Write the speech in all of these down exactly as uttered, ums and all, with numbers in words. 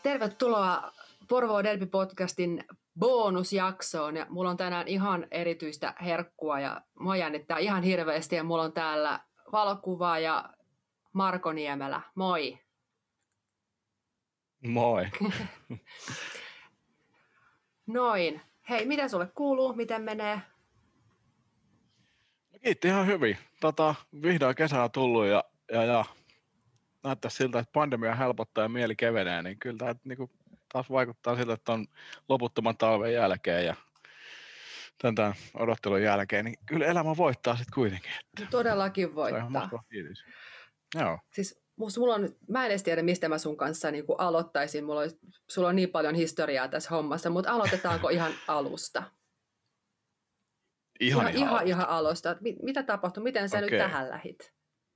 Tervetuloa Porvoo Derby-podcastin bonusjaksoon. Ja mulla on tänään ihan erityistä herkkua ja mua jännittää ihan hirveästi. Ja mulla on täällä valokuvaaja Marko Niemelä. Moi. Moi. Noin. Hei, mitä sulle kuuluu? Miten menee? No kiitti ihan hyvin. Tota, vihdoin kesä on tullut ja, ja, ja näyttää siltä, että pandemia helpottaa ja mieli kevenee, niin kyllä tämä niin taas vaikuttaa siltä, että on loputtoman talven jälkeen ja tämän odottelun jälkeen, niin kyllä elämä voittaa sitten kuitenkin. Että Todellakin voittaa. Se on ihan mahtava fiilis. Joo. Siis musta mulla on, mä en edes tiedä, mistä mä sun kanssa niin kuin aloittaisin. Mulla on, sulla on niin paljon historiaa tässä hommassa, mutta aloitetaanko ihan alusta? Ihan, ihan, ihan, ihan alusta. Mitä tapahtui? Miten sä okay. nyt tähän lähit?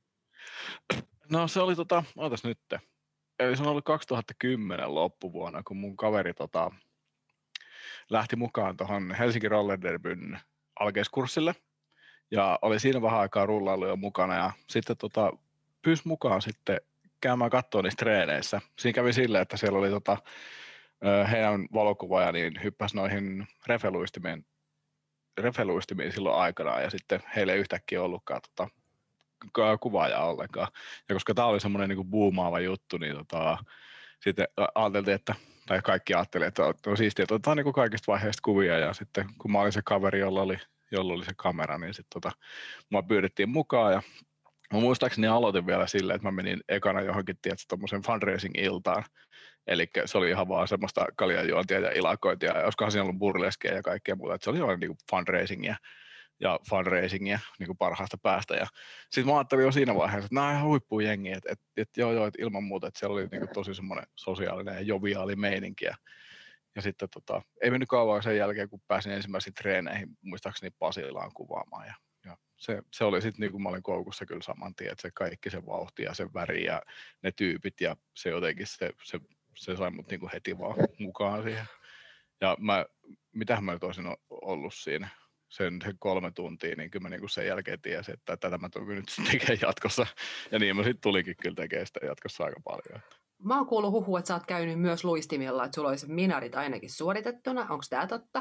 No se oli tota, ootas nyt. Eli se on ollut kaksituhattakymmenen loppuvuonna, kun mun kaveri tota, lähti mukaan tuohon Helsinki Roller Derbyn alkeiskurssille. Ja oli siinä vähän aikaa rullailu jo mukana ja sitten tota, pyysi mukaan sitten käymään katsoa niissä treeneissä. Siinä kävi silleen, että siellä oli tota, heidän valokuvaaja niin hyppäsi noihin refeluistimiin, refeluistimiin silloin aikanaan ja sitten heille ei yhtäkkiä ollutkaan tota, kuvaajaa ollenkaan. Ja koska tämä oli semmoinen niin kuin boomaava juttu, niin tota, sitten ajateltiin, että tai kaikki ajattelivat, että on siistiä, että otetaan niin kuin kaikista vaiheista kuvia ja sitten kun mä olin se kaveri, jolla oli, jolla oli se kamera, niin sitten tota, mua pyydettiin mukaan ja mä muistaakseni aloitin vielä silleen, että mä menin ekana johonkin tietysti tommosen fundraising-iltaan. Eli se oli ihan vaan semmoista kaljanjuontia ja ilakointia, ja olisikohan siinä ollut burleskeja ja kaikkea muuta. Että se oli vaan niinku fundraisingia ja fundraisingia niinku parhaasta päästä. Ja sitten mä ajattelin jo siinä vaiheessa, että nämä on ihan huippujengi, että et, et, joo joo, että ilman muuta, että siellä oli niinku tosi semmoinen sosiaalinen ja joviaali meininki. Ja, ja sitten tota, ei mennyt kauan sen jälkeen, kun pääsin ensimmäisiin treeneihin, muistaakseni Pasilaan kuvaamaan. Ja Ja se, se oli sitten niin kuin mä olin koukussa kyllä saman tien, että se kaikki se vauhti ja se väri ja ne tyypit ja se jotenkin se, se, se sai mut niin kuin heti vaan mukaan siihen. Ja mä, mitähän mä nyt olisin ollut siinä sen, sen kolme tuntia, niin kyllä mä niin kuin sen jälkeen tiesin, että tätä mä tulen nyt tekemään jatkossa. Ja niin mä sitten tulikin kyllä tekemään sitä jatkossa aika paljon. Mä oon kuullut huhua, että sä oot käynyt myös luistimilla, että sulla olisi minarit ainakin suoritettuna. Onko tää totta?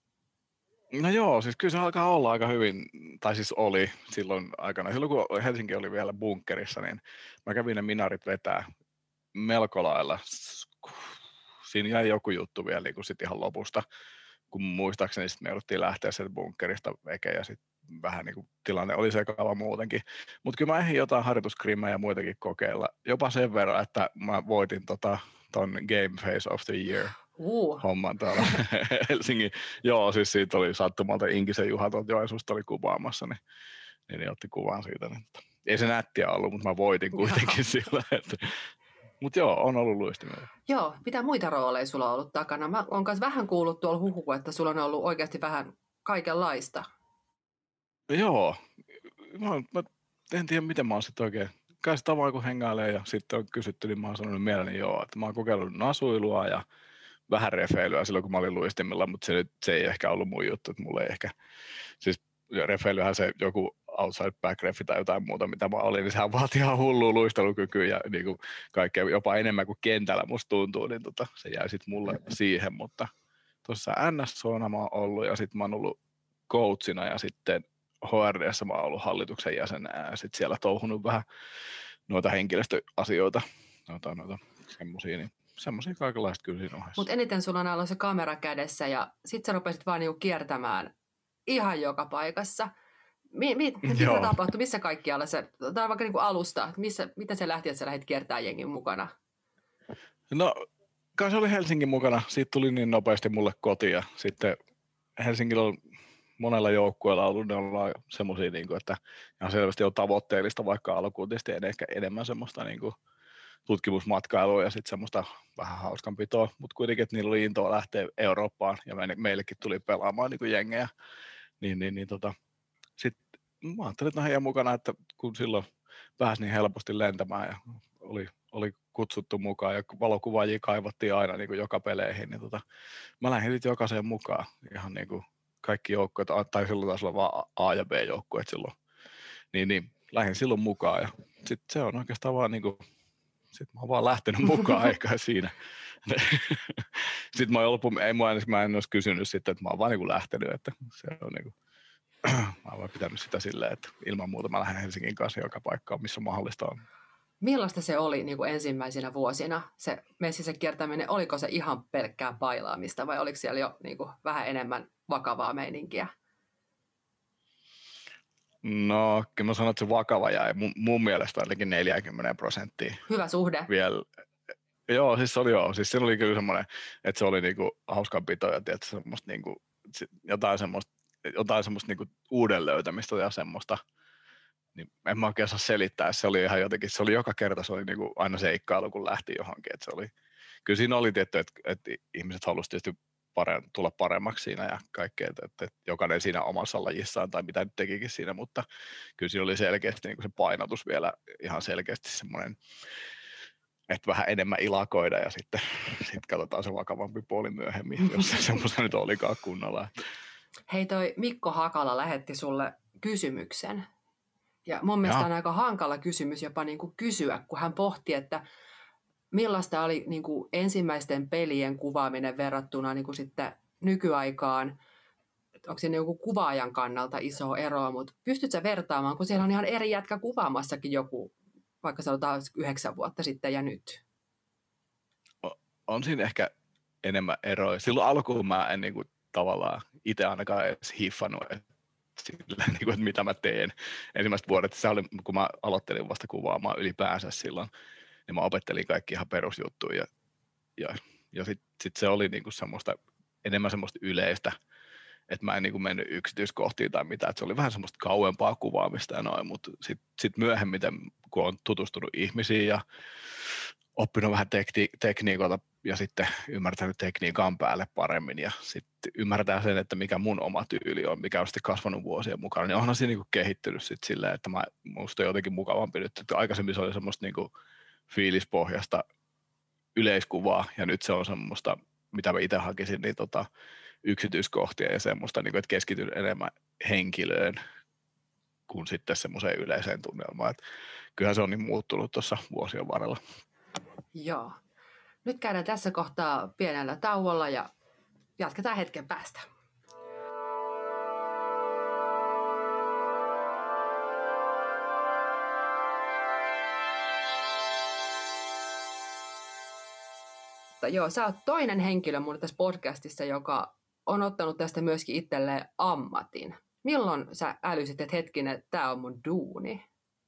No joo, siis kyllä se alkaa olla aika hyvin, tai siis oli silloin aikana. Silloin kun Helsinki oli vielä bunkkerissa, niin mä kävin ne minarit vetää melko lailla. Siinä jäi joku juttu vielä niin kuin sit ihan lopusta, kun muistaakseni sitten me jouduttiin lähteä sieltä bunkkerista veke ja sitten vähän niin kuin tilanne oli sekava muutenkin. Mutta kyllä mä ehdin jotain harjoituskrimmejä ja muitakin kokeilla. Jopa sen verran, että mä voitin tota, ton Game Face of the Year. Uh. homman täällä Helsingin. Joo, siis siitä oli sattumalta Inkisen Juha tuolta Joensuusta oli kuvaamassa, niin, niin, niin otti kuvan siitä. Niin, ei se nättiä ollut, mutta mä voitin kuitenkin sillä. Että, mutta joo, on ollut luistimella. Joo, mitä muita rooleja sulla on ollut takana? Mä oon myös vähän kuullut tuolla huhua, että sulla on ollut oikeasti vähän kaikenlaista. Joo, mä, mä en tiedä miten mä oon sitten oikein. Kai sitä vaan kun hengailee ja sitten on kysytty, niin mä oon sanonut mielelläni joo, että mä oon kokeillut nasuilua ja vähän refeilyä silloin, kun mä olin luistimilla, mutta se, se ei ehkä ollut mun juttu, että mulla ei ehkä, siis refeilyhän se joku outside back refi tai jotain muuta, mitä mä olin, niin sehän vaatii ihan hullua luistelukykyä ja niin kuin kaikkea jopa enemmän kuin kentällä musta tuntuu, niin tota, se jäi sitten mulle siihen, mutta tuossa N S-zoona mä oon ollut ja sitten mä oon ollut coachina ja sitten H R D:ssä mä oon ollut hallituksen jäsenä ja sitten siellä touhunut vähän noita henkilöstöasioita, noita, noita semmosia, niin semmoisia kaikenlaista kyllä siinä ohessa. Mutta eniten sulla on ollut se kamera kädessä ja sit sä rupesit vaan niinku kiertämään ihan joka paikassa. Mi- mi- mitä tapahtui? Missä kaikkialla se, tai vaikka niinku alusta, missä, mitä se lähti, että sä lähdit kiertämään jengin mukana? No, kai se oli Helsingin mukana. Siitä tuli niin nopeasti mulle kotiin ja sitten Helsingillä on monella joukkueella ollut, ne ollaan semmoisia, niin kuin, että ihan selvästi on tavoitteellista, vaikka alkuun tietysti ehkä enemmän semmoista niin kuin tutkimusmatkailua ja sitten semmoista vähän hauskanpitoa, mutta kuitenkin, että niillä oli intoa lähteä Eurooppaan ja me, meillekin tuli pelaamaan niin kuin jengejä, niin, niin, niin tota, sitten mä ajattelin, että no heidän mukana, että kun silloin pääsi niin helposti lentämään ja oli, oli kutsuttu mukaan ja valokuvaajia kaivattiin aina niin kuin joka peleihin, niin tota, mä lähdin sitten jokaiseen mukaan ihan niin kuin kaikki joukkueet, tai silloin taisi olla vaan A- ja B-joukkueet silloin, niin, niin lähdin silloin mukaan ja sitten se on oikeastaan vaan niin kuin, sitten mä oon vaan lähtenyt mukaan eikä siinä, Sitten mä, loppu, ei, mä, en, mä en olisi kysynyt sitten, että mä oon vaan niin kuin lähtenyt, että se on niin kuin, mä oon vaan pitänyt sitä silleen, että ilman muuta mä lähden Helsingin kanssa joka paikkaan, missä mahdollista on. Millaista se oli niin kuin ensimmäisinä vuosina, se messissä kiertäminen? Oliko se ihan pelkkää bailaamista vai oliko siellä jo niin kuin vähän enemmän vakavaa meininkiä? No, kyllä mä sanon, että se vakava jäi mun, mun mielestä ainakin neljäkymmentä prosenttia. Hyvä suhde. Vielä. Joo, siis se oli joo. Siis se oli kyllä semmoinen, että se oli niinku hauskanpito ja tietysti semmoista niinku, jotain semmoista, jotain semmoista niinku uuden löytämistä ja semmoista. Niin en mä oikein saa selittää, se oli ihan jotenkin, se oli joka kerta, se oli niinku aina seikkailu, kun lähti johonkin. Että se oli, kyllä siinä oli tietty, että, että ihmiset halusivat tietysti pare, tulla paremmaksi siinä ja kaikkea, että, että jokainen siinä omassa lajissaan tai mitä nyt tekikin siinä, mutta kyllä siinä oli selkeästi niin kuin se painotus vielä ihan selkeästi semmoinen, että vähän enemmän ilakoida ja sitten sit katsotaan se vakavampi puoli myöhemmin, jos se semmoista nyt olikaan kunnolla. Hei, toi Mikko Hakala lähetti sulle kysymyksen. Ja mun mielestä ja. on aika hankala kysymys jopa niin kuin kysyä, kun hän pohti, että millaista oli niin kuin ensimmäisten pelien kuvaaminen verrattuna niin kuin sitten nykyaikaan. Onko siinä joku kuvaajan kannalta iso ero, mutta pystytkö sä vertaamaan, kun siellä on ihan eri jätkä kuvaamassakin joku, vaikka sanotaan yhdeksän vuotta sitten ja nyt? On siinä ehkä enemmän eroja. Silloin alkuun mä en niin kuin, tavallaan itse ainakaan edes hiffannut, että, sillä, niin kuin, että mitä mä teen. Ensimmäiset vuodet, se oli, kun mä aloittelin vasta kuvaamaan ylipäänsä silloin, niin mä opettelin kaikki ihan perusjuttuja. Ja, ja, ja sitten sit se oli niin kuin semmoista, enemmän semmoista yleistä, että mä en niin kuin mennyt yksityiskohtiin tai mitään. Että se oli vähän semmoista kauempaa kuvaamista ja noin, mutta sitten sit myöhemmin, kun on tutustunut ihmisiin ja oppinut vähän tekni- tekniikoita ja sitten ymmärtänyt tekniikan päälle paremmin ja sitten ymmärtää sen, että mikä mun oma tyyli on, mikä on sitten kasvanut vuosien mukana, niin onhan se niin kuin kehittynyt sitten silleen, että mä, musta on jotenkin mukavampi nyt, että aikaisemmin se oli semmoista niin kuin fiilispohjasta yleiskuvaa ja nyt se on semmoista, mitä mä itse hakisin, niin tota, yksityiskohtia ja semmoista, niin kuin, että keskityn enemmän henkilöön kuin sitten semmoiseen yleiseen tunnelmaan. Että kyllähän se on niin muuttunut tuossa vuosien varrella. Joo. Nyt käydään tässä kohtaa pienellä tauolla ja jatketaan hetken päästä. Joo, sä oot toinen henkilö mun tässä podcastissa, joka on ottanut tästä myöskin itselleen ammatin. Milloin sä älysit, että hetkinen, että tää on mun duuni?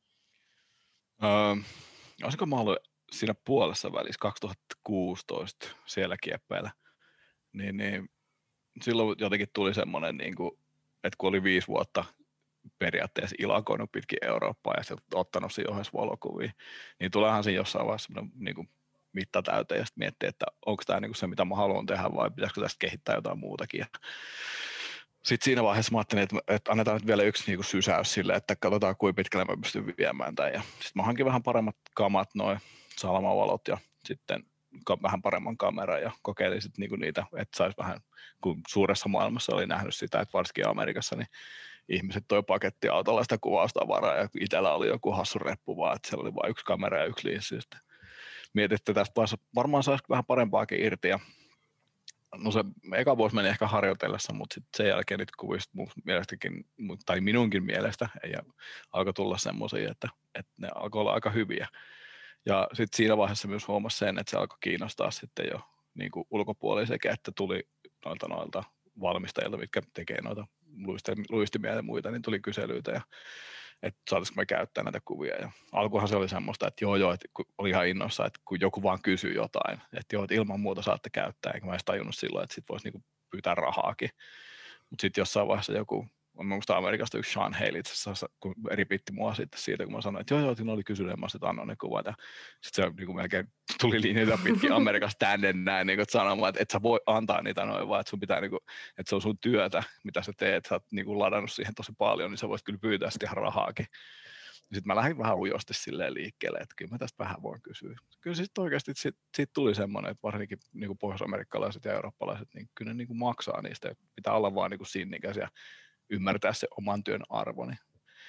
Öö, olisiko mä ollut siinä puolessa välissä kaksituhattakuusitoista siellä kieppeillä, niin, niin silloin jotenkin tuli semmoinen, niin kuin, että kun oli viisi vuotta periaatteessa ilakoinut pitkin Eurooppaa ja sitten ottanut siinä ohessa valokuvia, niin tuleehan siinä jossain vaiheessa semmoinen niin kuin mitta täyteen ja sitten miettii, että onko tämä niin kuin se, mitä mä haluan tehdä vai pitäisikö tästä kehittää jotain muutakin. Sitten siinä vaiheessa mä ajattelin, että, että annetaan nyt vielä yksi niin kuin sysäys sille, että katsotaan kuinka pitkälle mä pystyn viemään tämän. Ja sitten mä hankin vähän paremmat kamat, noin salamavalot ja sitten vähän paremman kameran ja kokeilin sitten niinku niitä, että saisi vähän, kun suuressa maailmassa oli nähnyt sitä, että varsinkin Amerikassa, niin ihmiset toi pakettiautolla sitä kuvaustavaraa ja itsellä oli joku hassu reppu vaan, että siellä oli vain yksi kamera ja yksi linssi. Mietin, että tästä varmaan saisi vähän parempaakin irti ja no se eka vuosi meni ehkä harjoitellessa, mutta sitten sen jälkeen niitä kuvista mun mielestäkin, tai minunkin mielestä, ja alkoi tulla semmoisia, että, että ne alkoi olla aika hyviä. Ja sitten siinä vaiheessa myös huomasi sen, että se alkoi kiinnostaa sitten jo niin kuin ulkopuolisia, että tuli noilta noilta valmistajilta, mitkä tekee noita luistimia ja muita, niin tuli kyselyitä ja että saataisiko me käyttää näitä kuvia. Ja alkuhan se oli semmoista, että joo joo, että oli ihan innossa, että kun joku vaan kysyy jotain, että joo, että ilman muuta saatte käyttää, enkä mä edes tajunnut silloin, että sit voisi niinku pyytää rahaakin. Mutta sitten jossain vaiheessa joku, on minusta Amerikasta yksi Sean Haley itse asiassa, kun ripitti mua sitten siitä, kun mä sanoin, että joo joo, siinä oli kysynyt, ja mä sitten annoin ne kuvat. Ja sitten se niin melkein tuli linjoita pitkin Amerikasta tänne näin, niin sanomaan, että et sä voi antaa niitä noin, vaan että sun pitää, niin kuin, että se on sun työtä, mitä sä teet, sä oot niin kuin ladannut siihen tosi paljon, niin sä voisit kyllä pyytää sitten ihan rahaakin. Sitten mä lähdin vähän ujosti silleen liikkeelle, että kyllä mä tästä vähän voin kysyä. Kyllä sitten oikeasti siitä, siitä tuli semmoinen, että varsinkin niin kuin pohjois-amerikkalaiset ja eurooppalaiset, niin kyllä ne niin kuin maksaa niistä. Pitää olla vaan niin kuin sinnikäs ja ymmärtää se oman työn arvoni.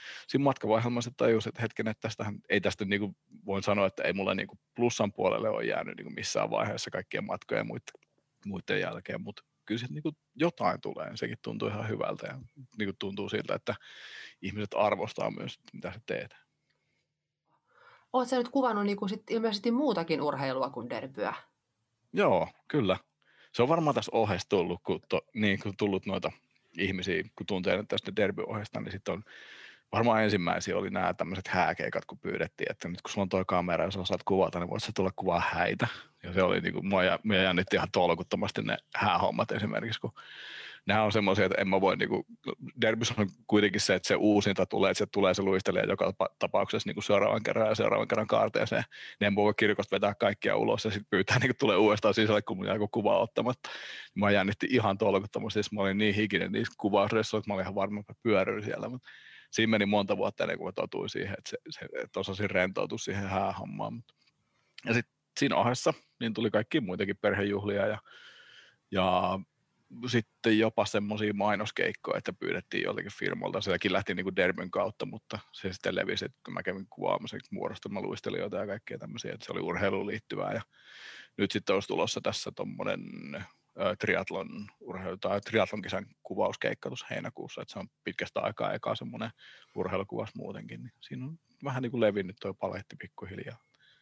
siinä matkavaihelmassa tajusin, että hetken, että tästähän, ei tästä niin kuin, voin sanoa, että ei mulla niin kuin plussan puolelle ole jäänyt niin kuin missään vaiheessa kaikkien matkojen ja muiden, muiden jälkeen, mutta kyllä sitten niin jotain tulee, sekin tuntuu ihan hyvältä ja niin kuin tuntuu siltä, että ihmiset arvostaa myös, mitä sä teet. Oletko sä nyt kuvannut niin kuin sit ilmeisesti muutakin urheilua kuin derbyä? Joo, kyllä. Se on varmaan tässä ohessa tullut, kun, to, niin, kun tullut noita ihmisiä, kun tuntee tästä derbyohjesta, niin sitten on varmaan ensimmäisiä oli nämä tämmöiset hääkeikat, kun pyydettiin, että nyt kun sulla on toi kamera ja sä osaat kuvata, niin voit sä tulla kuvaa häitä. Ja se oli niin kuin, mua, mua jännitti ihan tolkuttomasti ne häähommat esimerkiksi, kun nämä on semmoisia, että en mä voi, niin kuin, derbys on kuitenkin se, että se uusinta tulee, että se tulee se luistelija joka tapauksessa niin kuin seuraavan kerran ja seuraavan kerran kaarteeseen. Ne en voi kirkosta vetää kaikkia ulos ja sitten pyytää niin kuin tulee uudestaan sisälle, kun mun jää kuvaa ottamatta. Mä jännitti ihan tolkuttomasti, mä olin niin hikinen niissä kuvausreissuissa, että mä olin ihan varma, että pyöryin siellä. Mutta siinä meni monta vuotta ennen kuin mä totuin siihen, että, se, se, että osasin rentoutua siihen häähommaan. Ja sitten siinä ohessa niin tuli kaikki muitakin perhejuhlia ja, ja sitten jopa semmoisia mainoskeikkoja, että pyydettiin joltakin firmalta. Sielläkin lähti niin kuin derbyn kautta, mutta se sitten levisi, että kun mä kävin kuvaamassa muodostelmaluistelijoita ja kaikkea tämmöisiä, että se oli urheiluun liittyvää. Ja nyt sitten olisi tulossa tässä tommonen triathlon urheilu tai triathlonkisan kuvauskeikka tuossa heinäkuussa, että se on pitkästä aikaa eka semmoinen urheilukuvas muutenkin. Niin siinä on vähän niin kuin levinnyt tuo paletti pikkuhiljaa.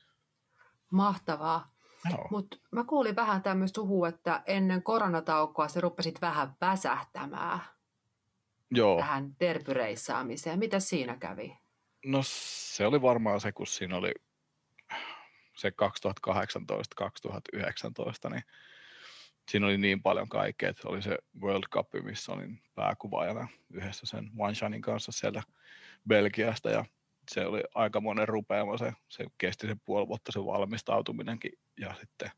Mahtavaa. Joo. Mutta mä kuulin vähän tämmöistä huhua, että ennen koronataukoa se rupesit vähän väsähtämään Joo. tähän derbyreissaamiseen. Mitä siinä kävi? No se oli varmaan se, kun siinä oli se kaksituhattakahdeksantoista kaksituhattayhdeksäntoista, niin siinä oli niin paljon kaikkea, että oli se World Cup, missä olin pääkuvaajana yhdessä sen Wanshanin kanssa siellä Belgiasta, ja se oli aikamoinen rupeama, se, se kesti sen puoli vuotta se valmistautuminenkin, ja sitten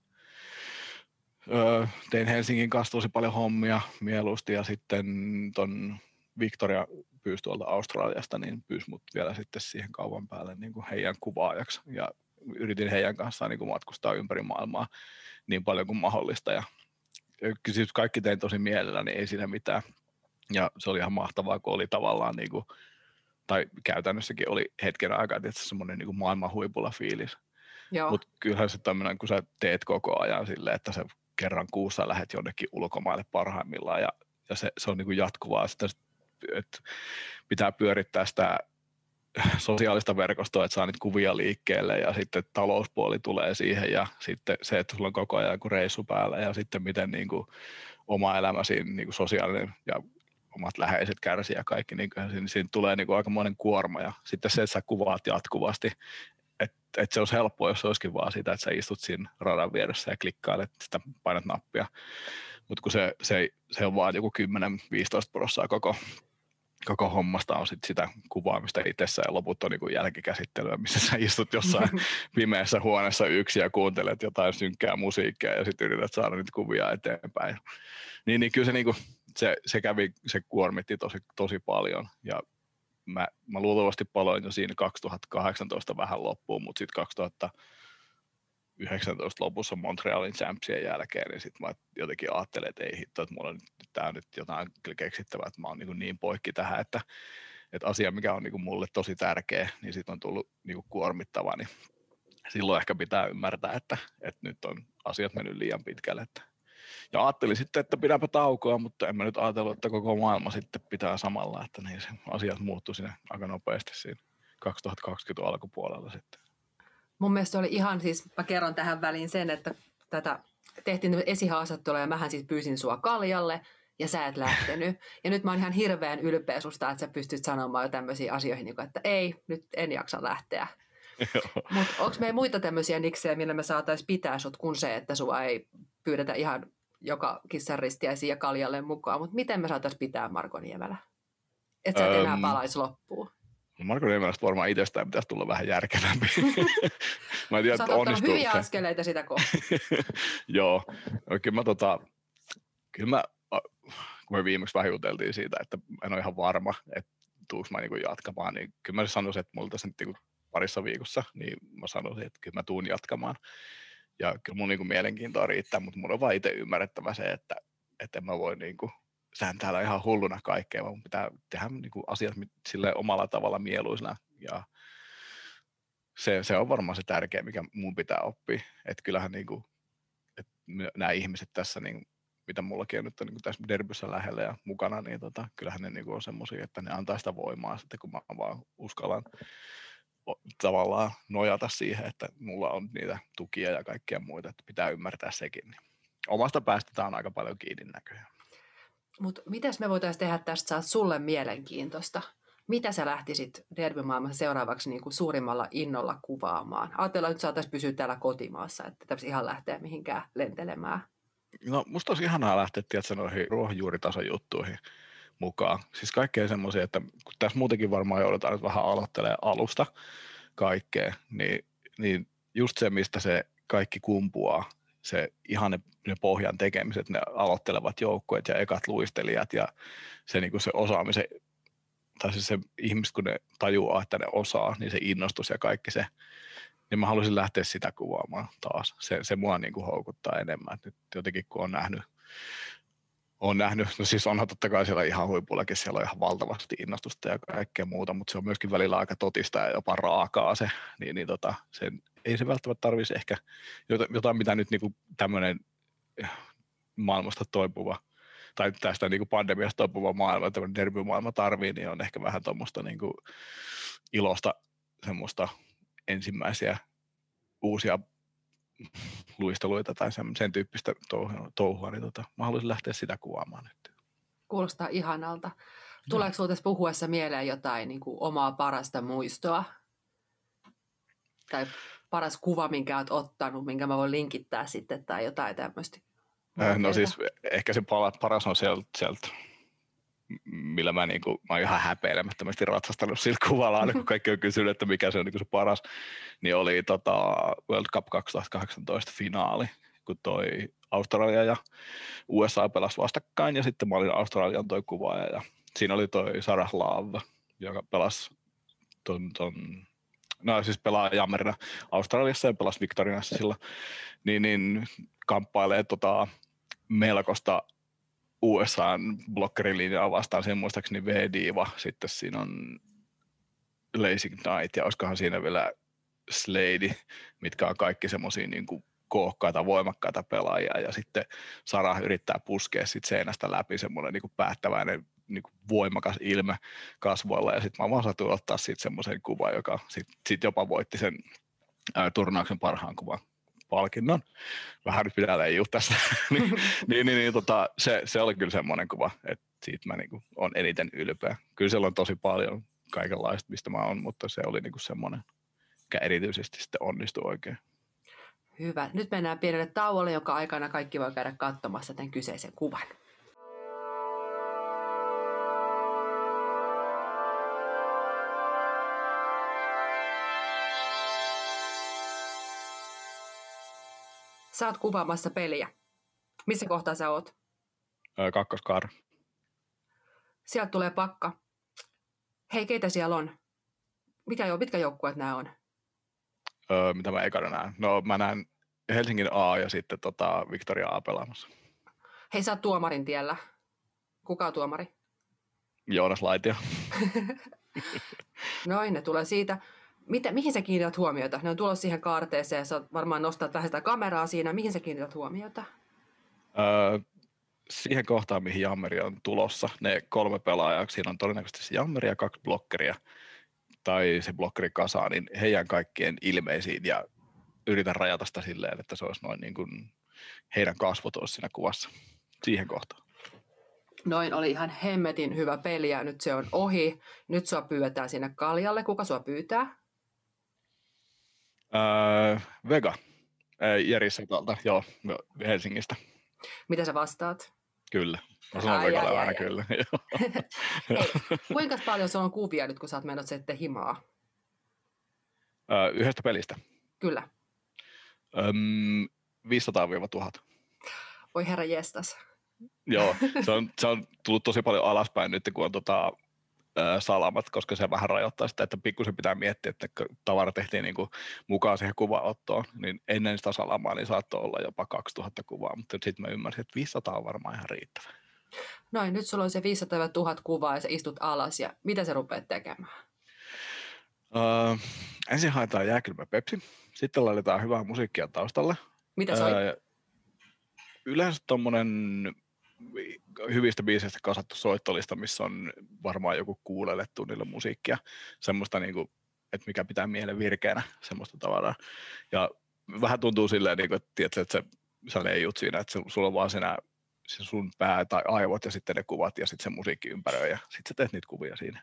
öö, tein Helsingin kanssa tosi paljon hommia mieluusti, ja sitten ton Victoria pyysi tuolta Australiasta, niin pyysi mut vielä sitten siihen kaupan päälle niin kuin heidän kuvaajaksi, ja yritin heidän kanssaan niin kuin matkustaa ympäri maailmaa niin paljon kuin mahdollista, ja siis kaikki tein tosi mielellä, niin ei siinä mitään. Ja se oli ihan mahtavaa, kun oli tavallaan, niin kuin, tai käytännössäkin oli hetken aikaa, että semmoinen niin kuin maailman huipulla fiilis. Mutta kyllähän se tämmöinen, kun sä teet koko ajan silleen, että sä kerran kuussa lähdet jonnekin ulkomaille parhaimmillaan, ja, ja se, se on niin kuin jatkuvaa, sitä, että pitää pyörittää sitä sosiaalista verkostoa, että saa niitä kuvia liikkeelle, ja sitten talouspuoli tulee siihen, ja sitten se, että sulla on koko ajan joku reissu päällä, ja sitten miten niin kuin oma elämä siinä niin kuin sosiaalinen ja omat läheiset kärsii ja kaikki, niin siinä, siinä tulee niin kuin aikamoinen kuorma, ja sitten se, että sä kuvaat jatkuvasti, että et se olisi helppoa, jos se olisikin vaan sitä, että sä istut siinä radan vieressä ja klikkailet sitä, painat nappia, mutta kun se, se, se on vaan joku kymmenen viisitoista prosenttia koko koko hommasta on sit sitä kuvaamista itsessä ja loput on niin jälkikäsittelyä, missä sä istut jossain pimeässä huoneessa yksin ja kuuntelet jotain synkkää musiikkia ja sitten yrität saada niitä kuvia eteenpäin. Niin, niin kyllä se, niin kuin, se, se kävi, se kuormitti tosi, tosi paljon ja mä, mä luultavasti paloin jo siinä kaksituhattakahdeksantoista vähän loppuun, mutta sitten kaksituhattayhdeksäntoista lopussa Montrealin Champsien jälkeen, niin sitten mä jotenkin ajattelin, että ei hitto, että mulla on tää nyt jotain keksittävää, että mä oon niin, niin poikki tähän, että, että asia, mikä on niin mulle tosi tärkeä, niin sitten on tullut niin kuormittava, niin silloin ehkä pitää ymmärtää, että, että nyt on asiat mennyt liian pitkälle. Että. Ja ajattelin sitten, että pidäpä taukoa, mutta en mä nyt ajatellut, että koko maailma sitten pitää samalla, että niin se asiat muuttui sinne aika nopeasti siinä kaksituhattakaksikymmentä alkupuolella sitten. Mun mielestä se oli ihan, siis mä kerron tähän väliin sen, että tätä tehtiin esihaastattelua ja mähän siis pyysin sua kaljalle ja sä et lähtenyt. Ja nyt mä oon ihan hirveän ylpeä susta, että sä pystyt sanomaan jo tämmöisiin asioihin, niin kuin, että ei, nyt en jaksa lähteä. Mutta onko meillä muita tämmöisiä niksejä, millä me saataisiin pitää sut, kun se, että sua ei pyydetä ihan joka kissanristiäisiin ja kaljalle mukaan. Mutta miten me saataisiin pitää Marko Niemelä? Että sä et enää palaisi loppuun. Marko Niemelästä varmaan itsestään pitäisi tulla vähän järkevämpi. Mä en tiedä, sä oot ottanut hyviä se. askeleita sitä kohtaa. Joo, kyllä mä, tota, kyllä mä, kun me viimeksi vähän juteltiin siitä, että en ole ihan varma, että tuuks mä niinku jatkamaan, niin kyllä mä sanoisin, että mulla tässä nyt niinku parissa viikossa, niin mä sanoisin, että kyllä mä tuun jatkamaan. Ja kyllä mun niinku mielenkiintoa riittää, mutta mun on vaan itse ymmärrettävä se, että, että en mä voi niinku sehän täällä ihan hulluna kaikkea, vaan mun pitää tehdä niin kuin asiat sille omalla tavalla mieluisena. Ja se, se on varmaan se tärkeä, mikä mun pitää oppia. Että kyllähän niin kuin, että nämä ihmiset tässä, niin, mitä mullakin on nyt on, niin kuin tässä derbyssä lähellä ja mukana, niin tota, kyllähän ne niin kuin on semmoisia, että ne antaa sitä voimaa sitten, kun mä vaan uskallan tavallaan nojata siihen, että mulla on niitä tukia ja kaikkia muita, että pitää ymmärtää sekin. Niin omasta päästä tämä on aika paljon kiinni näköjään. Mutta mitäs me voitaisiin tehdä tästä sulle mielenkiintoista? Mitä sä lähtisit derbymaailmassa seuraavaksi niin kuin suurimmalla innolla kuvaamaan? Ajatellaan, että saataisiin pysyä täällä kotimaassa, että tämmöisi ihan lähteä mihinkään lentelemään. No musta olisi ihanaa lähteä tietysti noihin ruohonjuuritason juttuihin mukaan. Siis kaikkea semmoisia, että kun tässä muutenkin varmaan joudutaan nyt vähän aloittelemaan alusta kaikkea, niin, niin just se, mistä se kaikki kumpuaa, se ihan ne, ne pohjan tekemiset, ne aloittelevat joukkueet ja ekat luistelijat ja se, niin kuin se osaamisen, tai siis se ihmiset, kun ne tajuaa, että ne osaa, niin se innostus ja kaikki se, niin mä haluaisin lähteä sitä kuvaamaan taas. Se, se mua niin kuin houkuttaa enemmän. Et nyt jotenkin kun on nähnyt, on nähnyt, no siis onhan totta kai siellä ihan huipullakin, siellä on ihan valtavasti innostusta ja kaikkea muuta, mutta se on myöskin välillä aika totista ja jopa raakaa se, niin, niin tota, sen, ei se välttämättä tarvitsisi ehkä jotain, mitä nyt niin kuin tämmöinen maailmasta toipuva, tai tästä niin kuin pandemiasta toipuva maailma, tämmöinen derbymaailma tarvii, niin on ehkä vähän tuommoista niin kuin ilosta semmoista ensimmäisiä uusia luisteluita tai sen, sen tyyppistä touhua, touhua niin tota, mä haluaisin lähteä sitä kuvaamaan nyt. Kuulostaa ihanalta. Tuleeko sinulla tässä puhuessa mieleen jotain niin kuin omaa parasta muistoa? Tai paras kuva, minkä olet ottanut, minkä mä voin linkittää sitten, tai jotain tämmöistä? No siis ehkä se paras on sieltä, sieltä millä mä, niin kuin, mä oon ihan häpeilemättömästi ratsastanut sillä kuvalla, aina kun kaikki on kysynyt, että mikä se on niin kuin se paras, niin oli tota World Cup kaksituhattakahdeksantoista finaali, kun toi Australia ja U S A pelasi vastakkain, ja sitten mä olin Australian toi kuvaaja, ja siinä oli toi Sarah Love, joka pelasi ton, ton no siis pelaa jammerina Australiassa ja pelasi Victoriassa sillä, niin, niin kamppailee tota melkoista U S A:n blokkerilinjaa vastaan, sen muistaakseni V-diiva, sitten siinä on Lazy Knight ja olisikohan siinä vielä Slade, mitkä on kaikki semmoisia niin kuin kookkaita, voimakkaita pelaajia, ja sitten Sarah yrittää puskea sit seinästä läpi semmoinen niin kuin päättäväinen niin kuin voimakas ilme kasvoilla, ja sitten mä vaan satuin ottaa siitä semmoisen kuvan, joka sitten sit jopa voitti sen ää, turnauksen parhaan kuvan palkinnon. Vähän nyt pitää leijua tässä. niin, niin, niin, niin tota, se, se oli kyllä semmoinen kuva, että siitä mä niin kuin olen eniten ylpeä. Kyllä siellä on tosi paljon kaikenlaista, mistä mä oon, mutta se oli niin kuin semmoinen, mikä erityisesti sitten onnistui oikein. Hyvä. Nyt mennään pienelle tauolle, joka aikana kaikki voi käydä katsomassa tämän kyseisen kuvan. Sä oot kuvaamassa peliä. Missä kohtaa sä oot? Öö, kakkoskaara. Sieltä tulee pakka. Hei, keitä siellä on? Mitä jo, mitkä joukkueet nämä on? Öö, mitä mä ekana näen? No mä näen Helsingin A ja sitten tota Victoria A pelaamassa. Hei, sä oot tuomarin tiellä. Kuka on tuomari? Joonas Laitio. Noin, ne tulee siitä. Mitä, mihin sä kiinnität huomiota? Ne on tulossa siihen kaarteeseen, sä varmaan nostat vähän sitä kameraa siinä. Mihin sä kiinnität huomiota? Öö, siihen kohtaan, mihin jammeri on tulossa. Ne kolme pelaajaa, siinä on todennäköisesti se jammeri ja kaksi blokkeria, tai se blokkeri kasaa, niin heidän kaikkien ilmeisiin, ja yritän rajata sitä silleen, että se olisi noin niin kuin heidän kasvot olisi siinä kuvassa. Siihen kohtaan. Noin, oli ihan hemmetin hyvä peli, ja nyt se on ohi. Nyt sua pyydetään sinne kaljalle. Kuka sua pyytää? Öö, Vega. Jeri Setalta, joo, Helsingistä. Mitä sä vastaat? Kyllä. Mä sanon Ai, Vegalle ai, aina ai, kyllä. Hei, kuinka paljon se on kuvia nyt, kun sä oot mennyt sitten himaa? Öö, yhdestä pelistä. Kyllä. Öm, viisisataa tuhat. Oi herra jestas. Joo, se on, se on tullut tosi paljon alaspäin nyt, kun on tota, ä, salamat, koska se vähän rajoittaa sitä, että pikkusen pitää miettiä, että tavara tehtiin niin kuin mukaan siihen kuvaottoon, niin ennen sitä salamaa niin saattoi olla jopa kaksituhatta kuvaa, mutta sitten mä ymmärsin, että viisisataa on varmaan ihan riittävä. Noin, nyt sulla on se viisisataa tuhatta kuvaa ja sä istut alas ja mitä sä rupeat tekemään? Öö, ensin haetaan jääkylmä Pepsi, sitten laitetaan hyvää musiikkia taustalle. Mitä soi? Öö, yleensä tommonen hyvistä biiseistä kasattu soittolista, missä on varmaan joku kuulelle tunnilla musiikkia. Semmoista niinku, että mikä pitää mielen virkeänä, semmoista tavaraa. Ja vähän tuntuu silleen, niinku, että, tiedätkö, että se, sä leijut siinä, että sulla on vaan siinä se sun pää tai aivot ja sitten ne kuvat ja sitten se musiikki ympäröi ja sitten sä teet niitä kuvia siinä.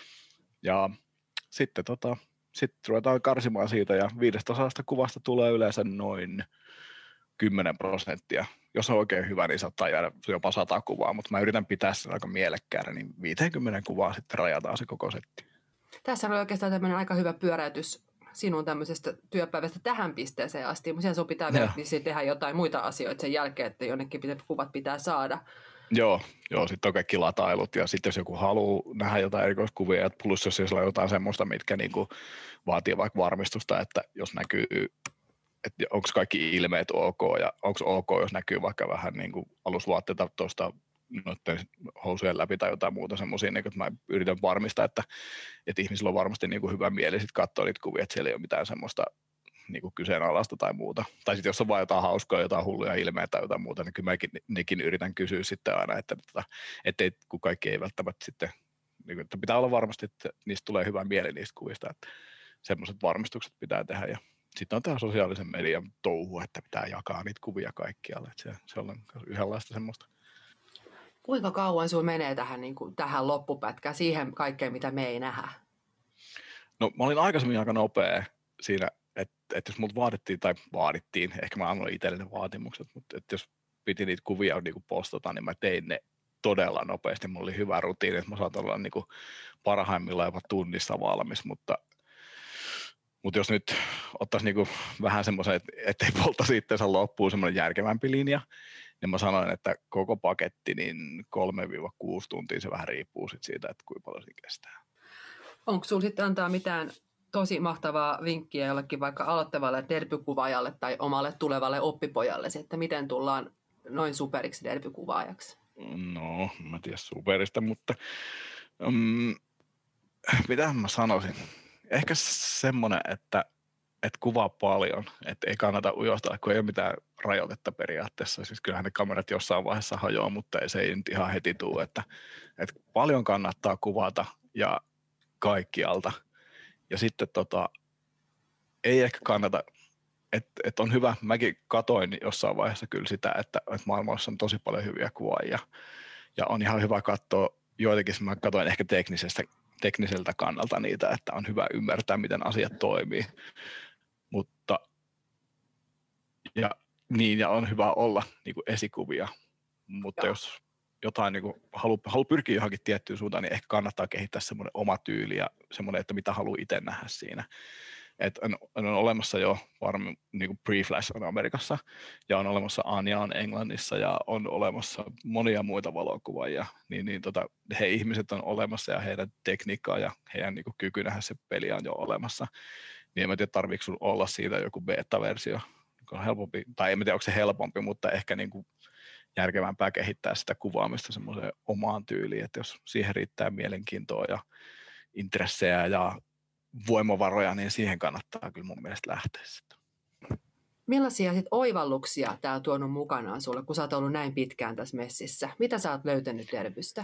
Ja sitten tota, sit ruvetaan karsimaan siitä ja viidestäsadasta kuvasta tulee yleensä noin kymmenen prosenttia. Jos on oikein hyvä, niin saattaa jäädä jopa sata kuvaa, mutta mä yritän pitää sen aika mielekkäänä, niin viisikymmentä kuvaa sitten rajataan se koko setti. Tässä on oikeastaan tämmöinen aika hyvä pyöräytys sinun tämmöisestä työpäivästä tähän pisteeseen asti, mutta sun pitää vielä tehdä jotain muita asioita sen jälkeen, että jonnekin kuvat pitää saada. Joo, joo, sitten on kaikki latailut ja sitten jos joku haluaa nähdä jotain erikoiskuvia, plus jos siellä on jotain semmoista, mitkä niinku vaatii vaikka varmistusta, että jos näkyy, että onko kaikki ilmeet ok ja onko ok, jos näkyy vaikka vähän niinku alusvaatteita tuosta noiden housujen läpi tai jotain muuta semmoisia, niin että mä yritän varmistaa, että, että ihmisillä on varmasti niin kuin hyvä mieli sitten katsoa niitä kuvia, että siellä ei ole mitään semmoista niin kuin kyseenalaista tai muuta. Tai sitten jos on vain jotain hauskaa, jotain hulluja ilmeitä tai jotain muuta, niin kyllä mäkin nekin yritän kysyä sitten aina, että, että ettei, kun kaikki ei välttämättä sitten, niin kuin, että pitää olla varmasti, että niistä tulee hyvä mieli niistä kuvista, että semmoiset varmistukset pitää tehdä ja sitten on tämä sosiaalisen median touhu, että pitää jakaa niitä kuvia kaikkialle, että se, se on yhdenlaista semmoista. Kuinka kauan sinulla menee tähän, niin kuin, tähän loppupätkään, siihen kaikkeen, mitä me ei nähdä? No mä olin aikaisemmin aika nopea siinä, että, että jos multa vaadittiin, tai vaadittiin, ehkä mä annoin itselleni vaatimukset, mutta että jos piti niitä kuvia niin kuin postata, niin mä tein ne todella nopeasti. Mulla oli hyvä rutiini, että mä saatan olla niin kuin parhaimmillaan jopa tunnissa valmis, mutta, mutta jos nyt ottaisi niin kuin vähän semmoisen, että ettei poltaisi itseensä loppuun semmoinen järkevämpi linja, niin mä sanoin, että koko paketti niin kolmesta kuuteen tuntia, se vähän riippuu sit siitä, että kuinka paljon se kestää. Onko sinulla sitten antaa mitään tosi mahtavaa vinkkiä jollekin vaikka aloittavalle derbykuvaajalle tai omalle tulevalle oppipojalle, että miten tullaan noin superiksi derbykuvaajaksi? No, mä en tiedä superista, mutta um, mitä mä sanoisin? Ehkä semmoinen, että että kuvaa paljon, että ei kannata ujostaa, kun ei ole mitään rajoitetta periaatteessa. Siis kyllähän ne kamerat jossain vaiheessa hajoaa, mutta ei, se ei nyt ihan heti tule. Että, että paljon kannattaa kuvata ja kaikkialta. Ja sitten tota, ei ehkä kannata, että, että on hyvä, mäkin katoin jossain vaiheessa kyllä sitä, että, että maailmassa on tosi paljon hyviä kuvaajia. Ja on ihan hyvä katsoa joitakin, mä katoin ehkä teknisestä, tekniseltä kannalta niitä, että on hyvä ymmärtää, miten asiat toimii. Mutta ja, niin, ja on hyvä olla niin kuin esikuvia, mutta Joo. jos jotain niin haluaa halu pyrkiä johonkin tiettyyn suuntaan, niin ehkä kannattaa kehittää semmoinen oma tyyli ja semmoinen, että mitä haluaa itse nähdä siinä. Et on, on olemassa jo varmaan niin Pre-Flash on Amerikassa ja on olemassa Anja on Englannissa ja on olemassa monia muita valokuvaajia, niin, niin tota, he ihmiset on olemassa ja heidän tekniikkaa ja heidän niin kuin kyky nähdä se peli on jo olemassa. Niin en tiedä, tarviiko sun olla siitä joku beta-versio. On helpompi, tai en tiedä, onko se helpompi, mutta ehkä niin kuin järkevämpää kehittää sitä kuvaamista semmoiseen omaan tyyliin, että jos siihen riittää mielenkiintoa ja intressejä ja voimavaroja, niin siihen kannattaa kyllä mun mielestä lähteä sitten. Millaisia sit oivalluksia tämä on tuonut mukanaan sulle, kun sä oot ollut näin pitkään tässä messissä? Mitä sä oot löytänyt derbystä?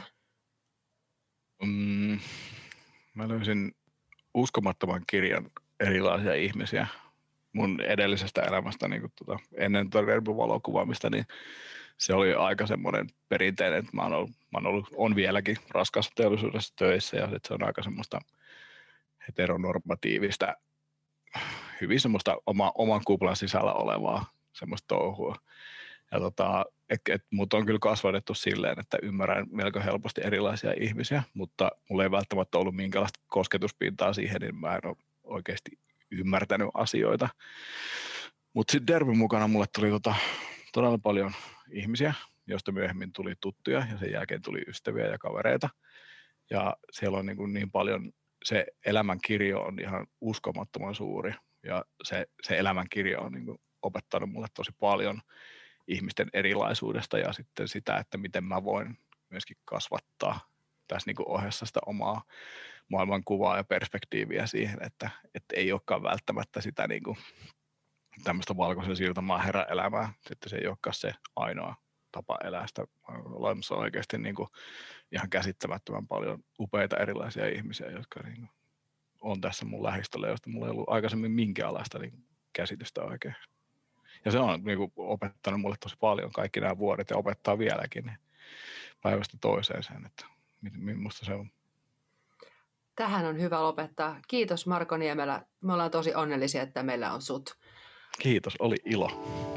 Mm, mä löysin uskomattoman kirjan erilaisia ihmisiä mun edellisestä elämästä niin tuota, ennen tuota derbyvalokuvaamista, niin se oli aika semmoinen perinteinen, että mä oon ollut, mä oon, ollut on vieläkin raskaassa teollisuudessa töissä ja se on aika semmoista heteronormatiivista, hyvin semmoista oma, oman kuplan sisällä olevaa semmoista touhua. Ja tota, et, et, mut on kyllä kasvatettu silleen, että ymmärrän melko helposti erilaisia ihmisiä, mutta mulla ei välttämättä ollut minkäänlaista kosketuspintaa siihen, niin mä en ole oikeasti ymmärtänyt asioita. Mutta sitten derbyn mukana mulle tuli tota, todella paljon ihmisiä, joista myöhemmin tuli tuttuja ja sen jälkeen tuli ystäviä ja kavereita. Ja siellä on niin, kuin niin paljon, se elämän kirjo on ihan uskomattoman suuri ja se, se elämän kirjo on niin kuin opettanut mulle tosi paljon ihmisten erilaisuudesta ja sitten sitä, että miten mä voin myöskin kasvattaa tässä niin kuin ohessa sitä omaa maailmankuvaa ja perspektiiviä siihen, että, että ei olekaan välttämättä sitä niin kuin tämmöistä valkoisen siirtomaan heräelämää. Sitten se ei olekaan se ainoa tapa elää sitä. Olemassa on oikeasti niin kuin ihan käsittämättömän paljon upeita erilaisia ihmisiä, jotka niin kuin on tässä mun lähistöllä, josta mulla ei ollut aikaisemmin minkäänlaista niin käsitystä oikein. Ja se on niin kuin opettanut mulle tosi paljon kaikki nämä vuodet ja opettaa vieläkin niin päivästä toiseen sen, että minusta se on. Tähän on hyvä lopettaa. Kiitos Marko Niemelä. Me ollaan tosi onnellisia, että meillä on sut. Kiitos, oli ilo.